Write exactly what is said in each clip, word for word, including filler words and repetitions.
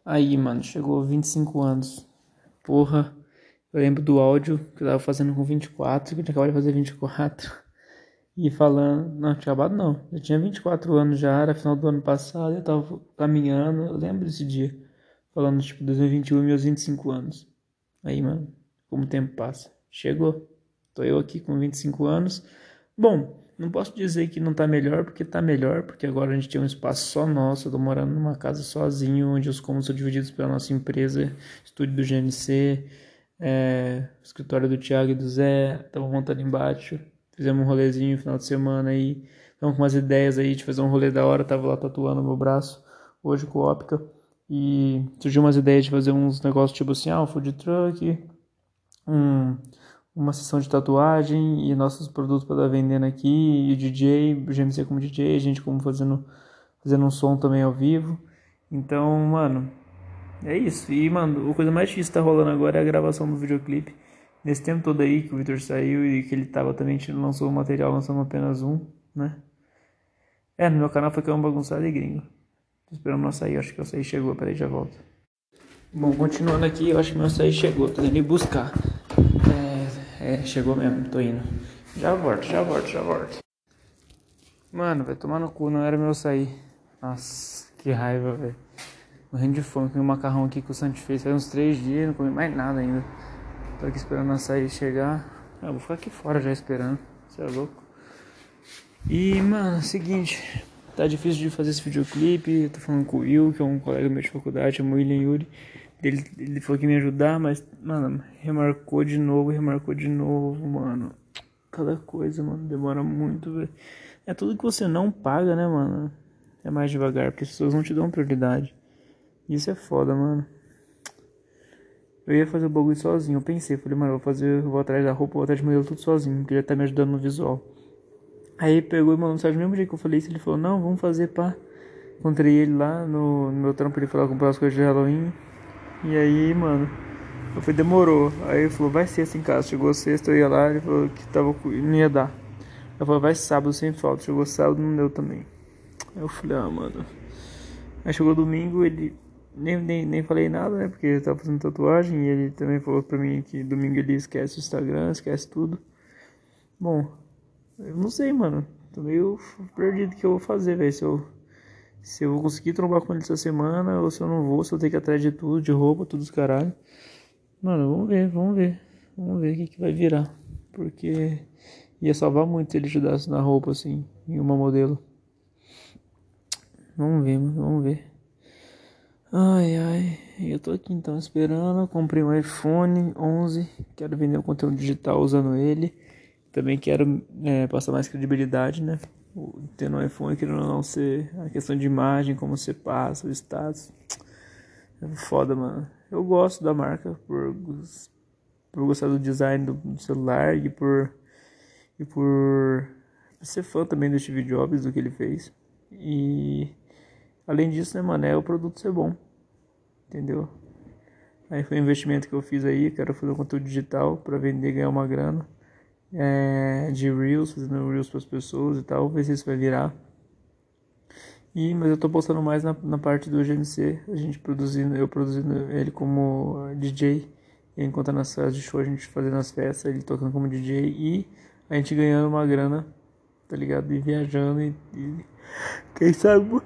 Aí, mano, chegou vinte e cinco anos. Porra, eu lembro do áudio que eu tava fazendo com vinte e quatro, que eu tinha acabado de fazer vinte e quatro. E falando, não, tinha acabado não. Eu tinha vinte e quatro anos já, era final do ano passado, eu tava caminhando, eu lembro desse dia. Falando, tipo, dois mil e vinte e um e meus vinte e cinco anos. Aí, mano, como o tempo passa. Chegou. Tô eu aqui com vinte e cinco anos. Bom, não posso dizer que não tá melhor, porque tá melhor, porque agora a gente tem um espaço só nosso. Eu tô morando numa casa sozinho, onde os cômodos são divididos pela nossa empresa, estúdio do G N C, é, escritório do Thiago e do Zé. Estamos montando embaixo. Fizemos um rolezinho no final de semana aí. Estamos com umas ideias aí de fazer um rolê da hora. Tava lá tatuando meu braço hoje com óptica. E surgiu umas ideias de fazer uns negócios tipo assim, ah, um food truck, um, uma sessão de tatuagem e nossos produtos para estar vendendo aqui, e o D J, o G M C como D J, a gente como fazendo, fazendo um som também ao vivo. Então, mano, é isso. E, mano, a coisa mais difícil que tá rolando agora é a gravação do videoclipe. Nesse tempo todo aí que o Victor saiu e que ele tava também, a gente lançou o material, lançamos apenas um, né? É, no meu canal foi que é um bagunçado e gringo. Tô esperando o açaí, acho que o açaí chegou, peraí, já volto. Bom, continuando aqui, eu acho que meu açaí chegou, tô indo ir buscar. É, é, chegou mesmo, tô indo. Já volto, já volto, já volto. Mano, vai tomar no cu, não era meu açaí. Nossa, que raiva, velho. Morrendo de fome, comi um macarrão aqui que o Santi fez faz uns três dias, não comi mais nada ainda. Tô aqui esperando o açaí chegar. Ah, vou ficar aqui fora já esperando, você é louco. E, mano, seguinte, tá difícil de fazer esse videoclipe. Eu tô falando com o Will, que é um colega meu de faculdade, chama William Yuri. Ele, ele falou que ia me ajudar, mas, mano, remarcou de novo, remarcou de novo, mano. Cada coisa, mano, demora muito, velho. É tudo que você não paga, né, mano? É mais devagar, porque as pessoas não te dão prioridade. Isso é foda, mano. Eu ia fazer o bagulho sozinho, eu pensei, falei, mano, eu vou fazer, eu vou atrás da roupa, vou atrás de modelo tudo sozinho, porque já tá me ajudando no visual. Aí ele pegou e mandou mensagem no mesmo dia que eu falei isso, ele falou, não, vamos fazer, pá. Encontrei ele lá no, no meu trampo, ele falou comprar as coisas de Halloween. E aí, mano, eu falei, demorou. Aí ele falou, vai sexta em casa. Chegou sexta, eu ia lá, ele falou que tava, não ia dar. Eu falei, vai sábado sem falta. Chegou sábado, não deu também. Aí eu falei, ah, mano. Aí chegou domingo, ele nem, nem, nem falei nada, né? Porque ele tava fazendo tatuagem. E ele também falou pra mim que domingo ele esquece o Instagram, esquece tudo. Bom, eu não sei, mano. Tô meio perdido o que eu vou fazer, velho. Se eu, se eu vou conseguir trombar com ele essa semana ou se eu não vou, se eu tenho que ir atrás de tudo, de roupa, tudo os caralho. Mano, vamos ver, vamos ver. Vamos ver o que, que vai virar. Porque ia salvar muito se ele ajudasse na roupa, assim, em uma modelo. Vamos ver, mano, vamos ver. Ai, ai. Eu tô aqui então esperando. Comprei um iPhone onze. Quero vender o conteúdo digital usando ele. Também quero é, passar mais credibilidade, né? Tendo um iPhone, querendo ou não ser a questão de imagem, como você passa, o status. É foda, mano. Eu gosto da marca por, por gostar do design do, do celular e por, e por ser fã também do Steve Jobs, do que ele fez. E além disso, né, mano, é o produto ser bom. Entendeu? Aí foi um investimento que eu fiz aí. Quero fazer um conteúdo digital pra vender e ganhar uma grana. É, de Reels, fazendo Reels pras pessoas e tal. Ver se isso vai virar. E, mas eu tô postando mais na, na parte do G M C, a gente produzindo, eu produzindo ele como D J, enquanto nas festas de show a gente fazendo as festas, ele tocando como D J e a gente ganhando uma grana, tá ligado? E viajando e, e quem sabe,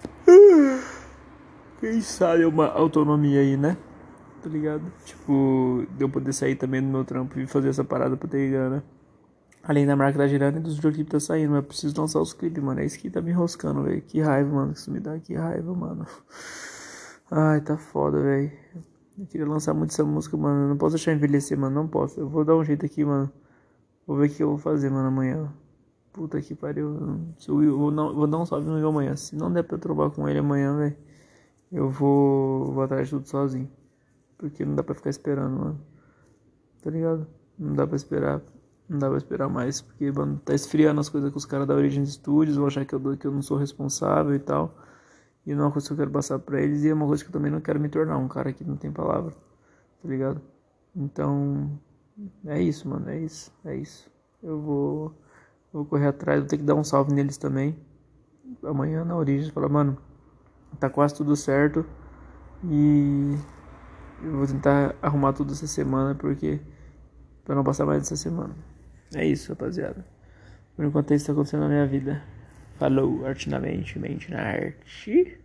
quem sabe uma autonomia aí, né? Tá ligado? Tipo, de eu poder sair também do meu trampo e fazer essa parada pra ter grana. Além da marca tá girando e dos videoclipes tá saindo, mas eu preciso lançar os clipes, mano. É isso que tá me enroscando, velho. Que raiva, mano. Que isso me dá, que raiva, mano. Ai, tá foda, velho. Eu queria lançar muito essa música, mano. Eu não posso deixar envelhecer, mano. Não posso. Eu vou dar um jeito aqui, mano. Vou ver o que eu vou fazer, mano, amanhã. Puta que pariu. Eu vou, não, vou dar um salve no Will amanhã. Se não der pra eu trombar com ele amanhã, velho, eu vou, vou atrás de tudo sozinho. Porque não dá pra ficar esperando, mano. Tá ligado? Não dá pra esperar. Não dá pra esperar mais, porque, mano, tá esfriando as coisas com os caras da Origin Studios, vão achar que eu, que eu não sou responsável e tal. E não é uma coisa que eu quero passar pra eles, e é uma coisa que eu também não quero me tornar, um cara que não tem palavra, tá ligado? Então, é isso, mano, é isso, é isso. Eu vou, vou correr atrás, vou ter que dar um salve neles também. Amanhã na Origin, falar, mano, tá quase tudo certo. E eu vou tentar arrumar tudo essa semana, porque pra não passar mais dessa semana. É isso, rapaziada. Por enquanto é isso que tá acontecendo na minha vida. Falou, arte na mente, mente na arte.